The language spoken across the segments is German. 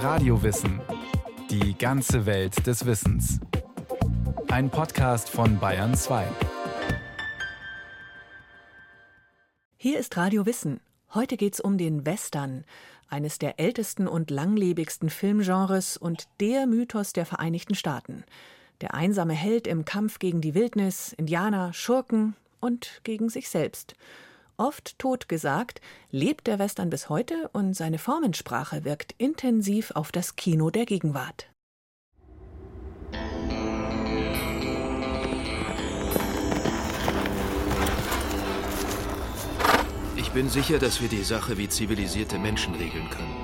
Radiowissen. Die ganze Welt des Wissens. Ein Podcast von Bayern 2. Hier ist Radio Wissen. Heute geht's um den Western, eines der ältesten und langlebigsten Filmgenres und der Mythos der Vereinigten Staaten. Der einsame Held im Kampf gegen die Wildnis, Indianer, Schurken und gegen sich selbst. Oft totgesagt, lebt der Western bis heute und seine Formensprache wirkt intensiv auf das Kino der Gegenwart. Ich bin sicher, dass wir die Sache wie zivilisierte Menschen regeln können.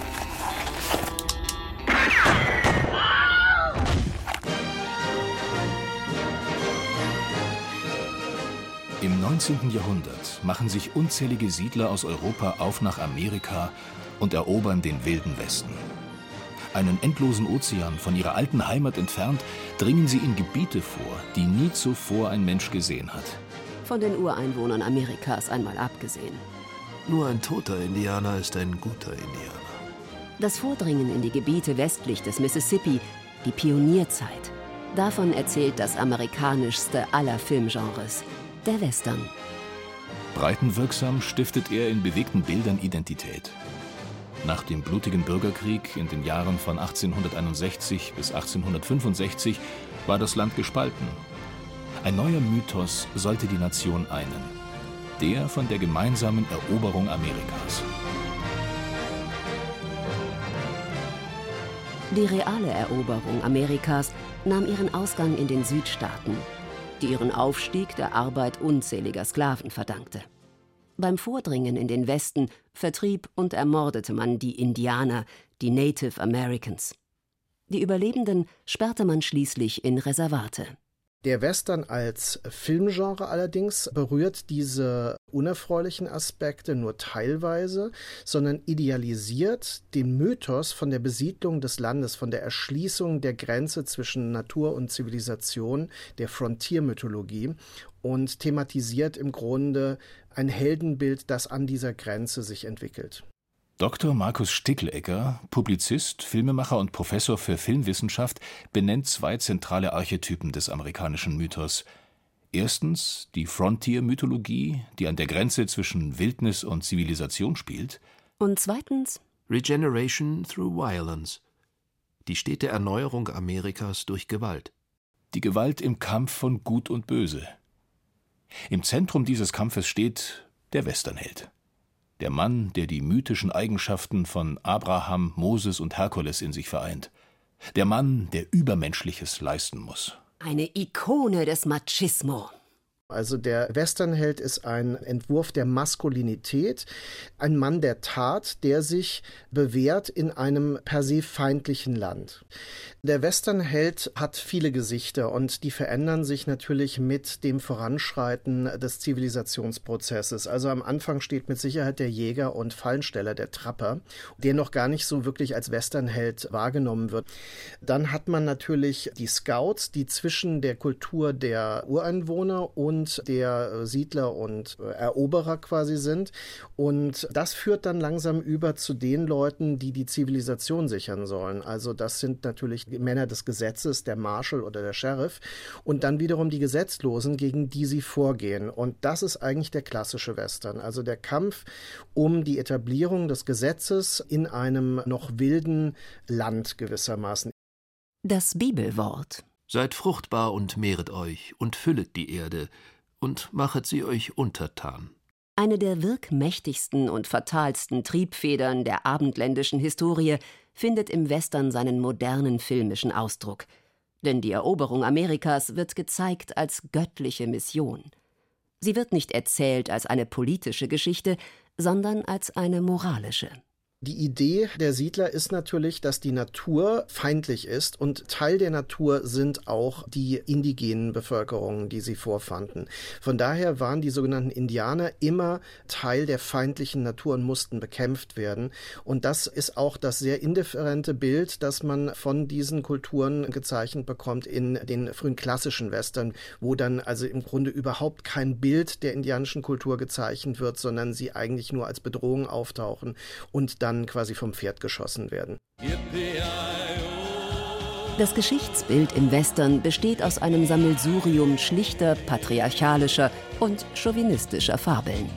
Im 19. Jahrhundert machen sich unzählige Siedler aus Europa auf nach Amerika und erobern den wilden Westen. Einen endlosen Ozean von ihrer alten Heimat entfernt, dringen sie in Gebiete vor, die nie zuvor ein Mensch gesehen hat. Von den Ureinwohnern Amerikas einmal abgesehen. Nur ein toter Indianer ist ein guter Indianer. Das Vordringen in die Gebiete westlich des Mississippi, die Pionierzeit. Davon erzählt das amerikanischste aller Filmgenres, der Western. Breitenwirksam stiftet er in bewegten Bildern Identität. Nach dem blutigen Bürgerkrieg in den Jahren von 1861 bis 1865 war das Land gespalten. Ein neuer Mythos sollte die Nation einen. Der von der gemeinsamen Eroberung Amerikas. Die reale Eroberung Amerikas nahm ihren Ausgang in den Südstaaten, die ihren Aufstieg der Arbeit unzähliger Sklaven verdankte. Beim Vordringen in den Westen vertrieb und ermordete man die Indianer, die Native Americans. Die Überlebenden sperrte man schließlich in Reservate. Der Western als Filmgenre allerdings berührt diese unerfreulichen Aspekte nur teilweise, sondern idealisiert den Mythos von der Besiedlung des Landes, von der Erschließung der Grenze zwischen Natur und Zivilisation, der Frontiermythologie, und thematisiert im Grunde ein Heldenbild, das an dieser Grenze sich entwickelt. Dr. Markus Stickelegger, Publizist, Filmemacher und Professor für Filmwissenschaft, benennt zwei zentrale Archetypen des amerikanischen Mythos. Erstens die Frontier-Mythologie, die an der Grenze zwischen Wildnis und Zivilisation spielt. Und zweitens Regeneration through Violence, die stete Erneuerung Amerikas durch Gewalt. Die Gewalt im Kampf von Gut und Böse. Im Zentrum dieses Kampfes steht der Westernheld. Der Mann, der die mythischen Eigenschaften von Abraham, Moses und Herkules in sich vereint. Der Mann, der Übermenschliches leisten muss. eine Ikone des Machismo. Also der Westernheld ist ein Entwurf der Maskulinität, ein Mann der Tat, der sich bewährt in einem per se feindlichen Land. Der Westernheld hat viele Gesichter und die verändern sich natürlich mit dem Voranschreiten des Zivilisationsprozesses. Also am Anfang steht mit Sicherheit der Jäger und Fallensteller, der Trapper, der noch gar nicht so wirklich als Westernheld wahrgenommen wird. Dann hat man natürlich die Scouts, die zwischen der Kultur der Ureinwohner und der Siedler und Eroberer quasi sind. Und das führt dann langsam über zu den Leuten, die die Zivilisation sichern sollen. Also das sind natürlich die Männer des Gesetzes, der Marshal oder der Sheriff. Und dann wiederum die Gesetzlosen, gegen die sie vorgehen. Und das ist eigentlich der klassische Western. Also der Kampf um die Etablierung des Gesetzes in einem noch wilden Land gewissermaßen. Das Bibelwort. Seid fruchtbar und mehret euch und füllet die Erde und machet sie euch untertan. Eine der wirkmächtigsten und fatalsten Triebfedern der abendländischen Historie findet im Western seinen modernen filmischen Ausdruck. Denn die Eroberung Amerikas wird gezeigt als göttliche Mission. Sie wird nicht erzählt als eine politische Geschichte, sondern als eine moralische. Die Idee der Siedler ist natürlich, dass die Natur feindlich ist und Teil der Natur sind auch die indigenen Bevölkerungen, die sie vorfanden. Von daher waren die sogenannten Indianer immer Teil der feindlichen Natur und mussten bekämpft werden. Und das ist auch das sehr indifferente Bild, das man von diesen Kulturen gezeichnet bekommt in den frühen klassischen Western, wo dann also im Grunde überhaupt kein Bild der indianischen Kultur gezeichnet wird, sondern sie eigentlich nur als Bedrohung auftauchen und dann quasi vom Pferd geschossen werden. Das Geschichtsbild im Western besteht aus einem Sammelsurium schlichter, patriarchalischer und chauvinistischer Fabeln.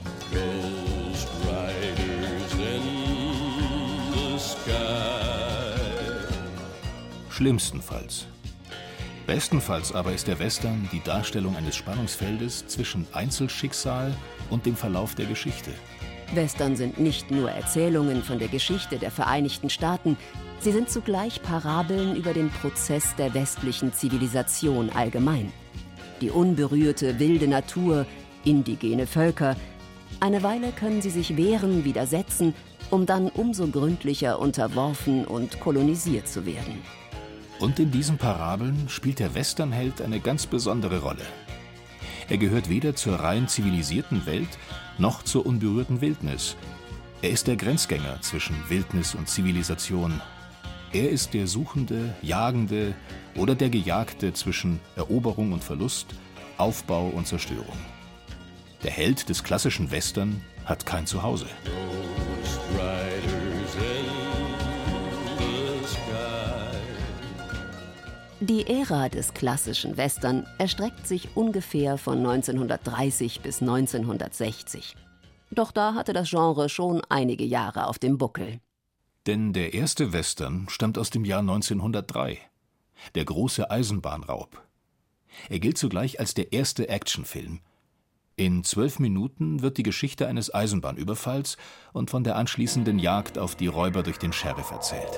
Schlimmstenfalls. Bestenfalls aber ist der Western die Darstellung eines Spannungsfeldes zwischen Einzelschicksal und dem Verlauf der Geschichte. Western sind nicht nur Erzählungen von der Geschichte der Vereinigten Staaten, sie sind zugleich Parabeln über den Prozess der westlichen Zivilisation allgemein. Die unberührte, wilde Natur, indigene Völker. Eine Weile können sie sich wehren, widersetzen, um dann umso gründlicher unterworfen und kolonisiert zu werden. Und in diesen Parabeln spielt der Westernheld eine ganz besondere Rolle. Er gehört weder zur rein zivilisierten Welt noch zur unberührten Wildnis. Er ist der Grenzgänger zwischen Wildnis und Zivilisation. Er ist der Suchende, Jagende oder der Gejagte zwischen Eroberung und Verlust, Aufbau und Zerstörung. Der Held des klassischen Western hat kein Zuhause. Die Ära des klassischen Western erstreckt sich ungefähr von 1930 bis 1960. Doch da hatte das Genre schon einige Jahre auf dem Buckel. Denn der erste Western stammt aus dem Jahr 1903, der große Eisenbahnraub. Er gilt zugleich als der erste Actionfilm. In 12 Minuten wird die Geschichte eines Eisenbahnüberfalls und von der anschließenden Jagd auf die Räuber durch den Sheriff erzählt.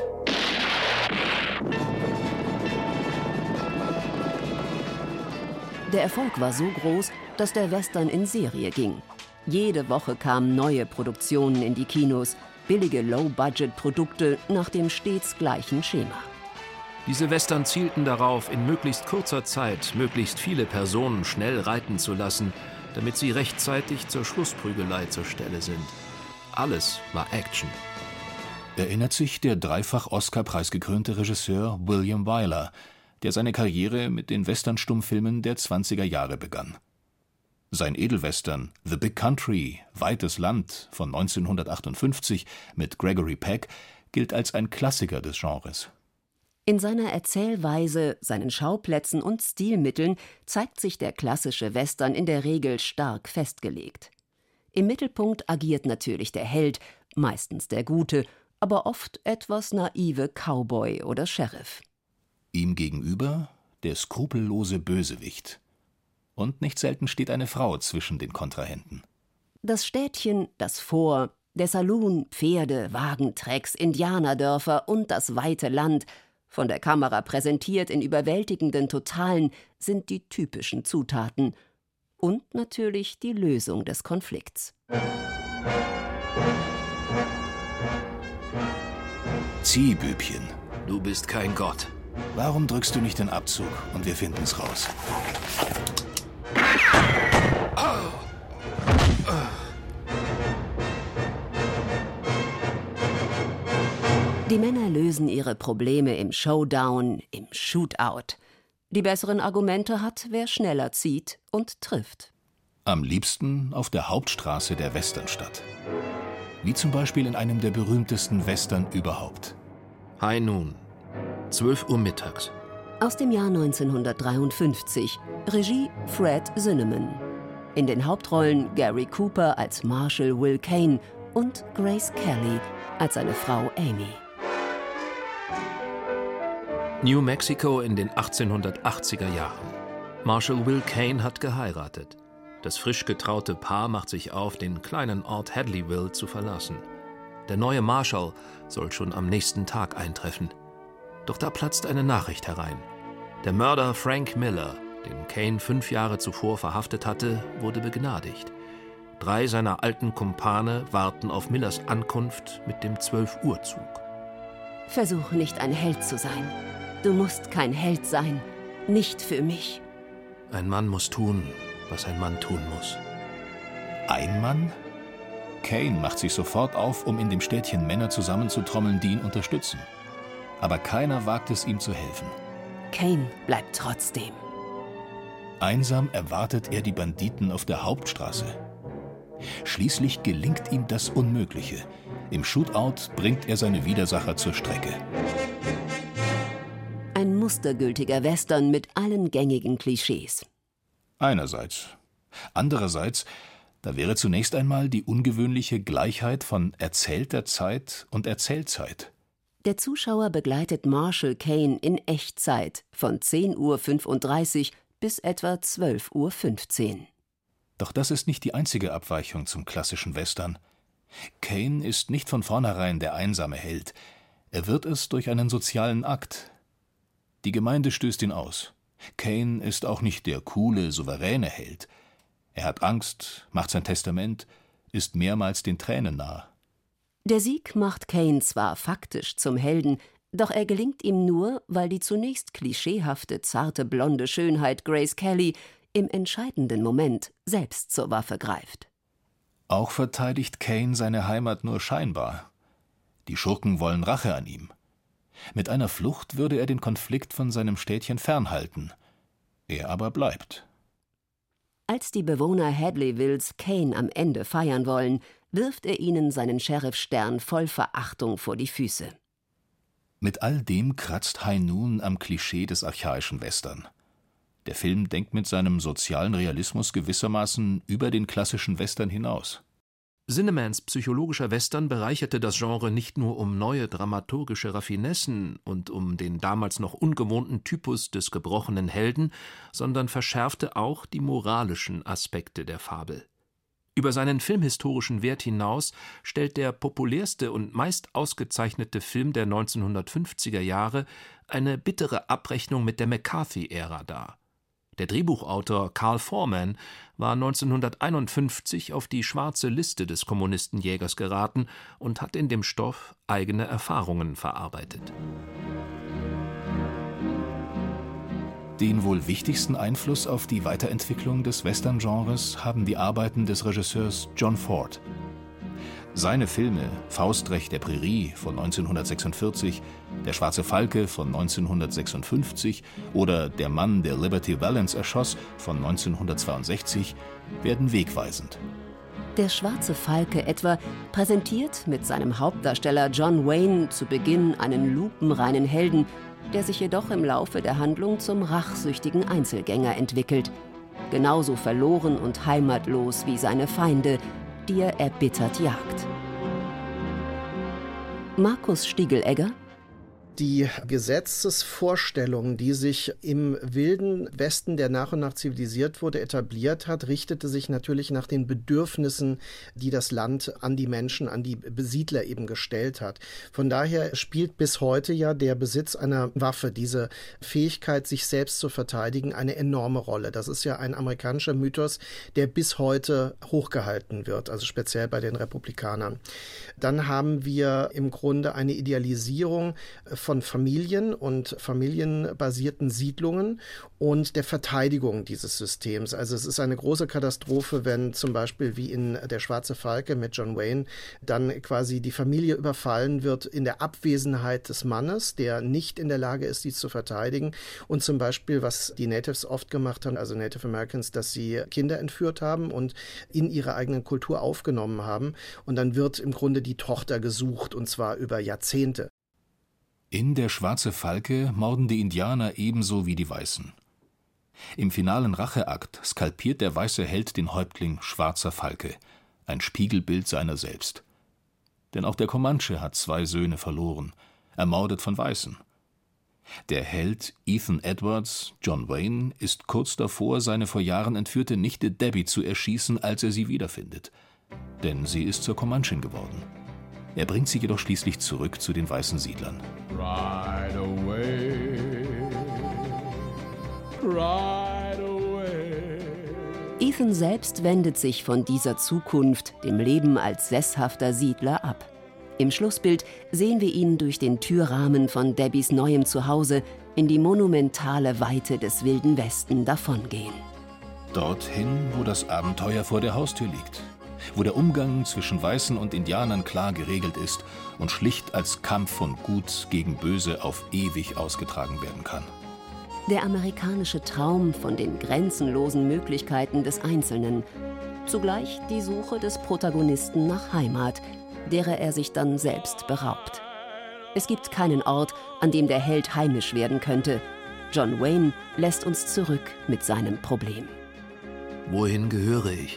Der Erfolg war so groß, dass der Western in Serie ging. Jede Woche kamen neue Produktionen in die Kinos, billige Low-Budget-Produkte nach dem stets gleichen Schema. Diese Western zielten darauf, in möglichst kurzer Zeit möglichst viele Personen schnell reiten zu lassen, damit sie rechtzeitig zur Schlussprügelei zur Stelle sind. Alles war Action. Erinnert sich der dreifach Oscar-preisgekrönte Regisseur William Wyler, der seine Karriere mit den Western-Stummfilmen der 20er Jahre begann. Sein Edelwestern The Big Country, Weites Land von 1958 mit Gregory Peck gilt als ein Klassiker des Genres. In seiner Erzählweise, seinen Schauplätzen und Stilmitteln zeigt sich der klassische Western in der Regel stark festgelegt. Im Mittelpunkt agiert natürlich der Held, meistens der gute, aber oft etwas naive Cowboy oder Sheriff. Ihm gegenüber der skrupellose Bösewicht. Und nicht selten steht eine Frau zwischen den Kontrahenten. Das Städtchen, das Fort, der Saloon, Pferde, Wagentrecks, Indianerdörfer und das weite Land, von der Kamera präsentiert in überwältigenden Totalen, sind die typischen Zutaten. Und natürlich die Lösung des Konflikts. Ziehbübchen. Du bist kein Gott. Warum drückst du nicht den Abzug und wir finden's raus? Die Männer lösen ihre Probleme im Showdown, im Shootout. Die besseren Argumente hat, wer schneller zieht und trifft. Am liebsten auf der Hauptstraße der Westernstadt. Wie zum Beispiel in einem der berühmtesten Western überhaupt. High Noon, 12 Uhr mittags. Aus dem Jahr 1953, Regie Fred Zinnemann. In den Hauptrollen Gary Cooper als Marshal Will Kane und Grace Kelly als seine Frau Amy. New Mexico in den 1880er Jahren. Marshal Will Kane hat geheiratet. Das frisch getraute Paar macht sich auf, den kleinen Ort Hadleyville zu verlassen. Der neue Marshal soll schon am nächsten Tag eintreffen. Doch da platzt eine Nachricht herein. Der Mörder Frank Miller, den Kane 5 Jahre zuvor verhaftet hatte, wurde begnadigt. 3 seiner alten Kumpane warten auf Millers Ankunft mit dem 12-Uhr-Zug. Versuche nicht ein Held zu sein. Du musst kein Held sein. Nicht für mich. Ein Mann muss tun, was ein Mann tun muss. Ein Mann? Kane macht sich sofort auf, um in dem Städtchen Männer zusammenzutrommeln, die ihn unterstützen. Aber keiner wagt es, ihm zu helfen. Kane bleibt trotzdem. Einsam erwartet er die Banditen auf der Hauptstraße. Schließlich gelingt ihm das Unmögliche. Im Shootout bringt er seine Widersacher zur Strecke. Ein mustergültiger Western mit allen gängigen Klischees. Einerseits. Andererseits, da wäre zunächst einmal die ungewöhnliche Gleichheit von erzählter Zeit und Erzählzeit. Der Zuschauer begleitet Marshall Cain in Echtzeit von 10:35 Uhr bis etwa 12:15 Uhr. Doch das ist nicht die einzige Abweichung zum klassischen Western. Cain ist nicht von vornherein der einsame Held. Er wird es durch einen sozialen Akt. Die Gemeinde stößt ihn aus. Cain ist auch nicht der coole, souveräne Held. Er hat Angst, macht sein Testament, ist mehrmals den Tränen nahe. Der Sieg macht Cain zwar faktisch zum Helden, doch er gelingt ihm nur, weil die zunächst klischeehafte, zarte, blonde Schönheit Grace Kelly im entscheidenden Moment selbst zur Waffe greift. Auch verteidigt Cain seine Heimat nur scheinbar. Die Schurken wollen Rache an ihm. Mit einer Flucht würde er den Konflikt von seinem Städtchen fernhalten. Er aber bleibt. Als die Bewohner Hadleyvilles Cain am Ende feiern wollen, wirft er ihnen seinen Sheriffstern voll Verachtung vor die Füße. Mit all dem kratzt High Noon am Klischee des archaischen Western. Der Film denkt mit seinem sozialen Realismus gewissermaßen über den klassischen Western hinaus. Zinnemans psychologischer Western bereicherte das Genre nicht nur um neue dramaturgische Raffinessen und um den damals noch ungewohnten Typus des gebrochenen Helden, sondern verschärfte auch die moralischen Aspekte der Fabel. Über seinen filmhistorischen Wert hinaus stellt der populärste und meist ausgezeichnete Film der 1950er Jahre eine bittere Abrechnung mit der McCarthy-Ära dar. Der Drehbuchautor Carl Foreman war 1951 auf die schwarze Liste des Kommunistenjägers geraten und hat in dem Stoff eigene Erfahrungen verarbeitet. Den wohl wichtigsten Einfluss auf die Weiterentwicklung des Western-Genres haben die Arbeiten des Regisseurs John Ford. Seine Filme Faustrecht der Prärie von 1946, Der schwarze Falke von 1956 oder Der Mann, der Liberty Valance erschoss von 1962 werden wegweisend. Der schwarze Falke etwa präsentiert mit seinem Hauptdarsteller John Wayne zu Beginn einen lupenreinen Helden, der sich jedoch im Laufe der Handlung zum rachsüchtigen Einzelgänger entwickelt. Genauso verloren und heimatlos wie seine Feinde, die er erbittert jagt. Markus Stiegelegger. Die Gesetzesvorstellung, die sich im wilden Westen, der nach und nach zivilisiert wurde, etabliert hat, richtete sich natürlich nach den Bedürfnissen, die das Land an die Menschen, an die Besiedler eben gestellt hat. Von daher spielt bis heute ja der Besitz einer Waffe, diese Fähigkeit, sich selbst zu verteidigen, eine enorme Rolle. Das ist ja ein amerikanischer Mythos, der bis heute hochgehalten wird, also speziell bei den Republikanern. Dann haben wir im Grunde eine Idealisierung von Familien und familienbasierten Siedlungen und der Verteidigung dieses Systems. Also es ist eine große Katastrophe, wenn zum Beispiel wie in Der schwarze Falke mit John Wayne dann quasi die Familie überfallen wird in der Abwesenheit des Mannes, der nicht in der Lage ist, die zu verteidigen. Und zum Beispiel, was die Natives oft gemacht haben, also Native Americans, dass sie Kinder entführt haben und in ihre eigene Kultur aufgenommen haben. Und dann wird im Grunde die Tochter gesucht, und zwar über Jahrzehnte. In Der schwarze Falke morden die Indianer ebenso wie die Weißen. Im finalen Racheakt skalpiert der weiße Held den Häuptling Schwarzer Falke, ein Spiegelbild seiner selbst. Denn auch der Comanche hat 2 Söhne verloren, ermordet von Weißen. Der Held Ethan Edwards, John Wayne, ist kurz davor, seine vor Jahren entführte Nichte Debbie zu erschießen, als er sie wiederfindet. Denn sie ist zur Comanchin geworden. Er bringt sie jedoch schließlich zurück zu den weißen Siedlern. Ride away, ride away. Ethan selbst wendet sich von dieser Zukunft, dem Leben als sesshafter Siedler, ab. Im Schlussbild sehen wir ihn durch den Türrahmen von Debbies neuem Zuhause in die monumentale Weite des Wilden Westen davongehen. Dorthin, wo das Abenteuer vor der Haustür liegt. Wo der Umgang zwischen Weißen und Indianern klar geregelt ist und schlicht als Kampf von Gut gegen Böse auf ewig ausgetragen werden kann. Der amerikanische Traum von den grenzenlosen Möglichkeiten des Einzelnen. Zugleich die Suche des Protagonisten nach Heimat, derer er sich dann selbst beraubt. Es gibt keinen Ort, an dem der Held heimisch werden könnte. John Wayne lässt uns zurück mit seinem Problem. Wohin gehöre ich?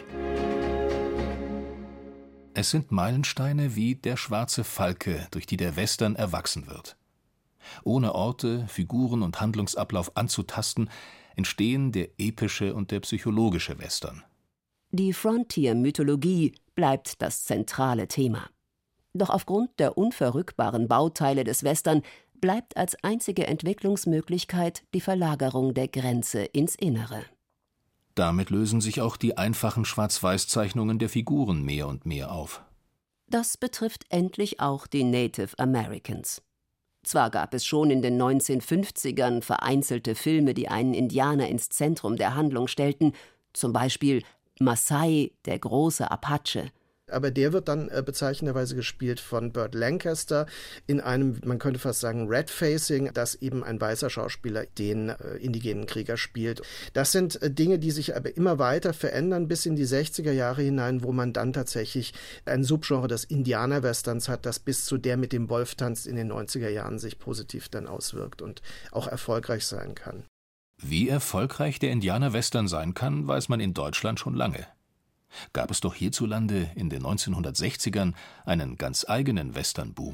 Es sind Meilensteine wie der schwarze Falke, durch die der Western erwachsen wird. Ohne Orte, Figuren und Handlungsablauf anzutasten, entstehen der epische und der psychologische Western. Die Frontier-Mythologie bleibt das zentrale Thema. Doch aufgrund der unverrückbaren Bauteile des Western bleibt als einzige Entwicklungsmöglichkeit die Verlagerung der Grenze ins Innere. Damit lösen sich auch die einfachen Schwarz-Weiß-Zeichnungen der Figuren mehr und mehr auf. Das betrifft endlich auch die Native Americans. Zwar gab es schon in den 1950ern vereinzelte Filme, die einen Indianer ins Zentrum der Handlung stellten, zum Beispiel Maasai, der große Apache. Aber der wird dann bezeichnenderweise gespielt von Burt Lancaster in einem, man könnte fast sagen, Red-Facing, dass eben ein weißer Schauspieler den indigenen Krieger spielt. Das sind Dinge, die sich aber immer weiter verändern bis in die 60er Jahre hinein, wo man dann tatsächlich ein Subgenre des Indianer-Westerns hat, das bis zu der mit dem Wolf tanzt in den 90er Jahren sich positiv dann auswirkt und auch erfolgreich sein kann. Wie erfolgreich der Indianer-Western sein kann, weiß man in Deutschland schon lange. Gab es doch hierzulande in den 1960ern einen ganz eigenen Western-Boom.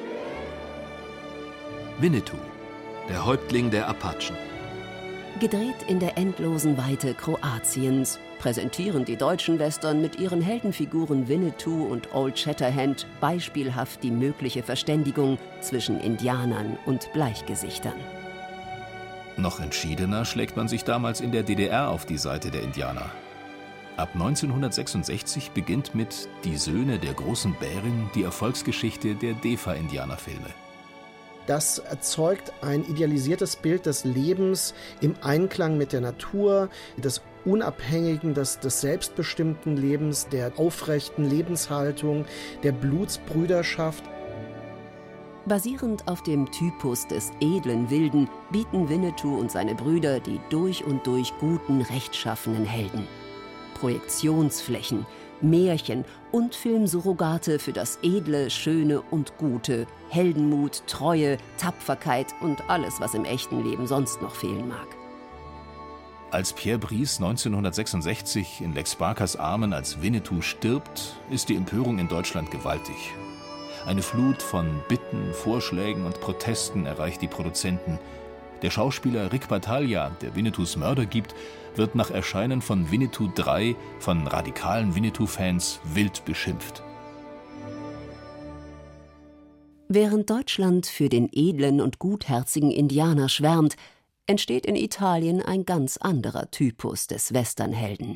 Winnetou, der Häuptling der Apachen. Gedreht in der endlosen Weite Kroatiens präsentieren die deutschen Western mit ihren Heldenfiguren Winnetou und Old Shatterhand beispielhaft die mögliche Verständigung zwischen Indianern und Bleichgesichtern. Noch entschiedener schlägt man sich damals in der DDR auf die Seite der Indianer. Ab 1966 beginnt mit Die Söhne der großen Bärin die Erfolgsgeschichte der DEFA-Indianerfilme. Das erzeugt ein idealisiertes Bild des Lebens im Einklang mit der Natur, des unabhängigen, des selbstbestimmten Lebens, der aufrechten Lebenshaltung, der Blutsbrüderschaft. Basierend auf dem Typus des edlen Wilden bieten Winnetou und seine Brüder die durch und durch guten, rechtschaffenen Helden. Projektionsflächen, Märchen und Filmsurrogate für das Edle, Schöne und Gute, Heldenmut, Treue, Tapferkeit und alles, was im echten Leben sonst noch fehlen mag. Als Pierre Brice 1966 in Lex Barkers Armen als Winnetou stirbt, ist die Empörung in Deutschland gewaltig. Eine Flut von Bitten, Vorschlägen und Protesten erreicht die Produzenten. Der Schauspieler Rick Battaglia, der Winnetous Mörder gibt, wird nach Erscheinen von Winnetou 3 von radikalen Winnetou-Fans wild beschimpft. Während Deutschland für den edlen und gutherzigen Indianer schwärmt, entsteht in Italien ein ganz anderer Typus des Westernhelden.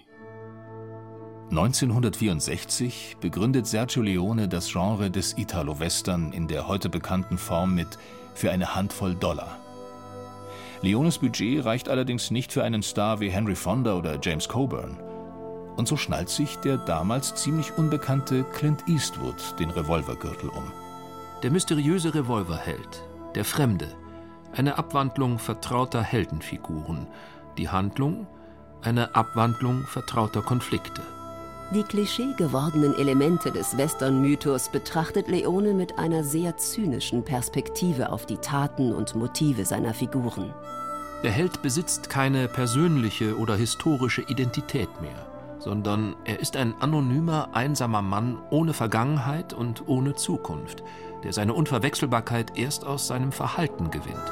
1964 begründet Sergio Leone das Genre des Italo-Western in der heute bekannten Form mit »Für eine Handvoll Dollar«. Leones Budget reicht allerdings nicht für einen Star wie Henry Fonda oder James Coburn. Und so schnallt sich der damals ziemlich unbekannte Clint Eastwood den Revolvergürtel um. Der mysteriöse Revolverheld, der Fremde, eine Abwandlung vertrauter Heldenfiguren, die Handlung, eine Abwandlung vertrauter Konflikte. Die klischeegewordenen Elemente des Western-Mythos betrachtet Leone mit einer sehr zynischen Perspektive auf die Taten und Motive seiner Figuren. Der Held besitzt keine persönliche oder historische Identität mehr, sondern er ist ein anonymer, einsamer Mann ohne Vergangenheit und ohne Zukunft, der seine Unverwechselbarkeit erst aus seinem Verhalten gewinnt.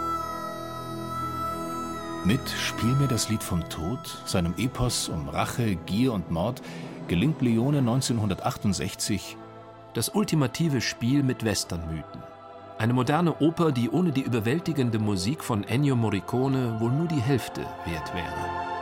Mit »Spiel mir das Lied vom Tod«, seinem Epos um Rache, Gier und Mord, gelingt Leone 1968 das ultimative Spiel mit Westernmythen. Eine moderne Oper, die ohne die überwältigende Musik von Ennio Morricone wohl nur die Hälfte wert wäre.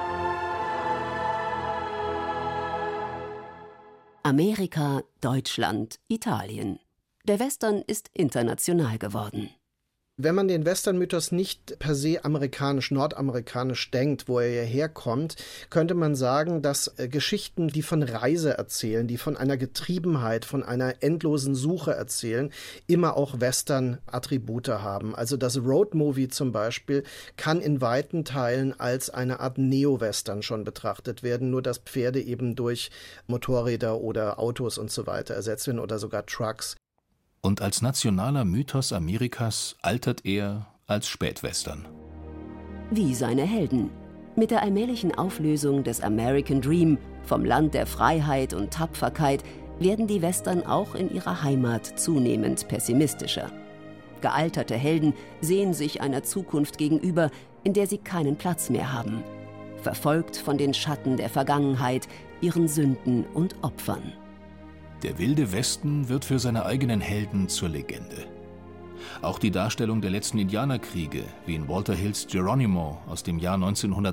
Amerika, Deutschland, Italien. Der Western ist international geworden. Wenn man den Western-Mythos nicht per se amerikanisch, nordamerikanisch denkt, wo er herkommt, könnte man sagen, dass Geschichten, die von Reise erzählen, die von einer Getriebenheit, von einer endlosen Suche erzählen, immer auch Western-Attribute haben. Also das Roadmovie zum Beispiel kann in weiten Teilen als eine Art Neo-Western schon betrachtet werden, nur dass Pferde eben durch Motorräder oder Autos und so weiter ersetzt werden oder sogar Trucks. Und als nationaler Mythos Amerikas altert er als Spätwestern. Wie seine Helden. Mit der allmählichen Auflösung des American Dream, vom Land der Freiheit und Tapferkeit, werden die Western auch in ihrer Heimat zunehmend pessimistischer. Gealterte Helden sehen sich einer Zukunft gegenüber, in der sie keinen Platz mehr haben. Verfolgt von den Schatten der Vergangenheit, ihren Sünden und Opfern. Der wilde Westen wird für seine eigenen Helden zur Legende. Auch die Darstellung der letzten Indianerkriege, wie in Walter Hills Geronimo aus dem Jahr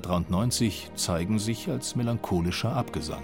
1993, zeigen sich als melancholischer Abgesang.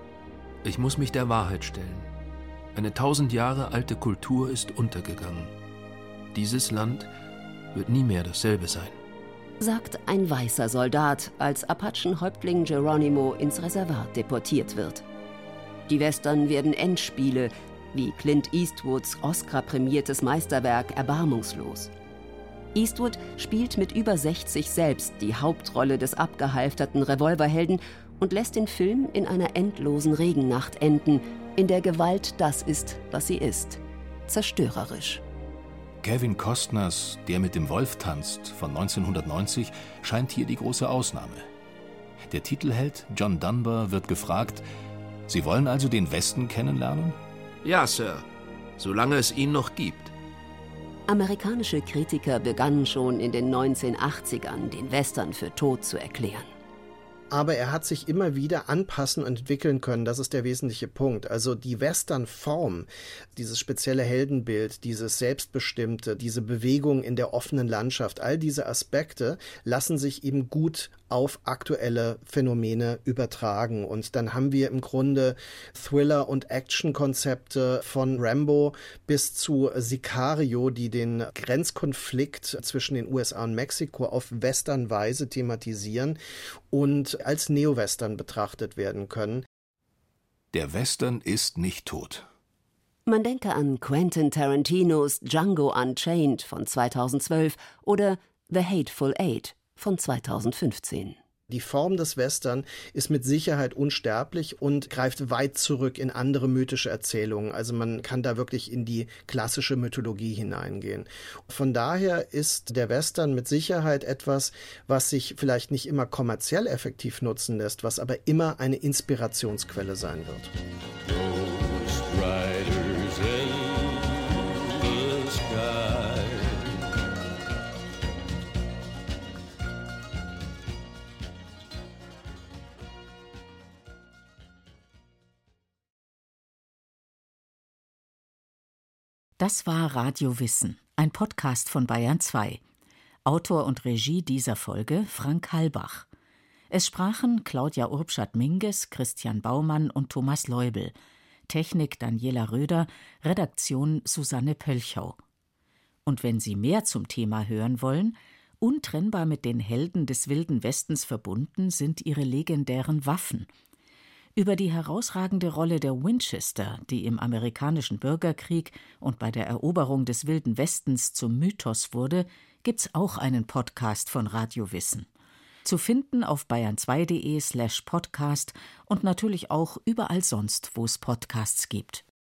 Ich muss mich der Wahrheit stellen. Eine 1000 Jahre alte Kultur ist untergegangen. Dieses Land wird nie mehr dasselbe sein, sagt ein weißer Soldat, als Apachenhäuptling Geronimo ins Reservat deportiert wird. Die Western werden Endspiele, wie Clint Eastwoods Oscar-prämiertes Meisterwerk Erbarmungslos. Eastwood spielt mit über 60 selbst die Hauptrolle des abgehalfterten Revolverhelden und lässt den Film in einer endlosen Regennacht enden, in der Gewalt das ist, was sie ist: zerstörerisch. Kevin Costners Der mit dem Wolf tanzt von 1990 scheint hier die große Ausnahme. Der Titelheld John Dunbar wird gefragt: Sie wollen also den Westen kennenlernen? Ja, Sir, solange es ihn noch gibt. Amerikanische Kritiker begannen schon in den 1980ern, den Western für tot zu erklären. Aber er hat sich immer wieder anpassen und entwickeln können. Das ist der wesentliche Punkt. Also die Western-Form, dieses spezielle Heldenbild, dieses Selbstbestimmte, diese Bewegung in der offenen Landschaft, all diese Aspekte lassen sich eben gut auf aktuelle Phänomene übertragen. Und dann haben wir im Grunde Thriller- und Action-Konzepte von Rambo bis zu Sicario, die den Grenzkonflikt zwischen den USA und Mexiko auf Western-Weise thematisieren und als Neo-Western betrachtet werden können. Der Western ist nicht tot. Man denke an Quentin Tarantinos Django Unchained von 2012 oder The Hateful Eight von 2015. Die Form des Western ist mit Sicherheit unsterblich und greift weit zurück in andere mythische Erzählungen. Also man kann da wirklich in die klassische Mythologie hineingehen. Von daher ist der Western mit Sicherheit etwas, was sich vielleicht nicht immer kommerziell effektiv nutzen lässt, was aber immer eine Inspirationsquelle sein wird. Ghost riders in the sky. Das war Radio Wissen, ein Podcast von Bayern 2. Autor und Regie dieser Folge Frank Halbach. Es sprachen Claudia Urbschat-Minges, Christian Baumann und Thomas Leubel. Technik Daniela Röder, Redaktion Susanne Pölchau. Und wenn Sie mehr zum Thema hören wollen, untrennbar mit den Helden des Wilden Westens verbunden sind ihre legendären Waffen. Über die herausragende Rolle der Winchester, die im amerikanischen Bürgerkrieg und bei der Eroberung des Wilden Westens zum Mythos wurde, gibt's auch einen Podcast von Radio Wissen. Zu finden auf bayern2.de/podcast und natürlich auch überall sonst, wo es Podcasts gibt.